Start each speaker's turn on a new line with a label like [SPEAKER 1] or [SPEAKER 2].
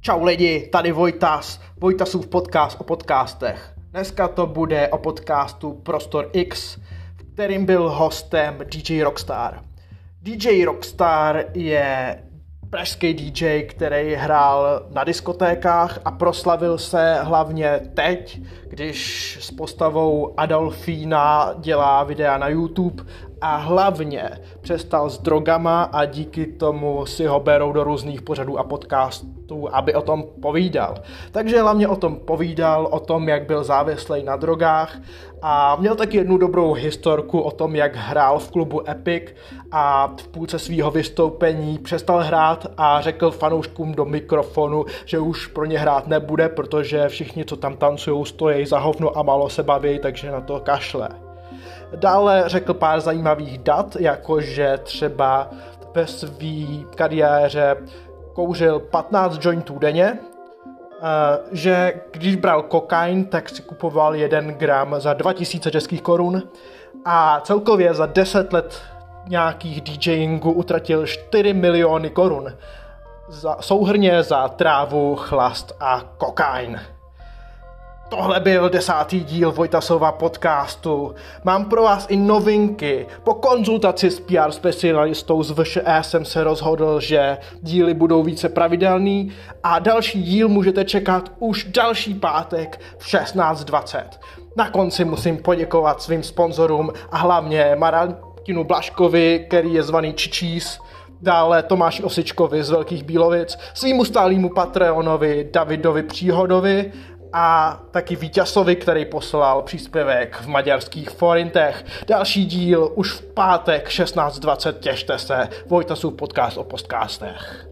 [SPEAKER 1] Čau lidi, tady Vojtas, Vojtasův podcast o podcastech. Dneska to bude o podcastu Prostor X, v kterým byl hostem DJ Rockstar. DJ Rockstar je pražský DJ, který hrál na diskotékách a proslavil se hlavně teď, když s postavou Adolfína dělá videa na YouTube a hlavně přestal s drogama a díky tomu si ho berou do různých pořadů a podcastů, aby o tom povídal. Takže hlavně o tom povídal, o tom, jak byl závislý na drogách a měl taky jednu dobrou historku o tom, jak hrál v klubu Epic a v půlce svého vystoupení přestal hrát a řekl fanouškům do mikrofonu, že už pro ně hrát nebude, protože všichni, co tam tancují, stojí za hovno a málo se baví, takže na to kašle. Dále řekl pár zajímavých dat, jakože třeba ve své kariéře kouřil 15 jointů denně, že když bral kokain, tak si kupoval 1 gram za 2000 českých korun a celkově za 10 let nějakých DJingu utratil 4 miliony korun. Souhrnně za trávu, chlast a kokain. Tohle byl 10. díl Vojtasova podcastu. Mám pro vás i novinky. Po konzultaci s PR specialistou z VŠE jsem se rozhodl, že díly budou více pravidelný a další díl můžete čekat už další pátek v 16:20. Na konci musím poděkovat svým sponzorům a hlavně Martinu Blažkovi, který je zvaný Čičís, dále Tomáši Osičkovi z Velkých Bílovic, svýmu stálýmu Patreonovi Davidovi Příhodovi a taky Víťazovi, který poslal příspěvek v maďarských forintech. Další díl už v pátek 16:20, těšte se, Vojtasův podcast o podcastech.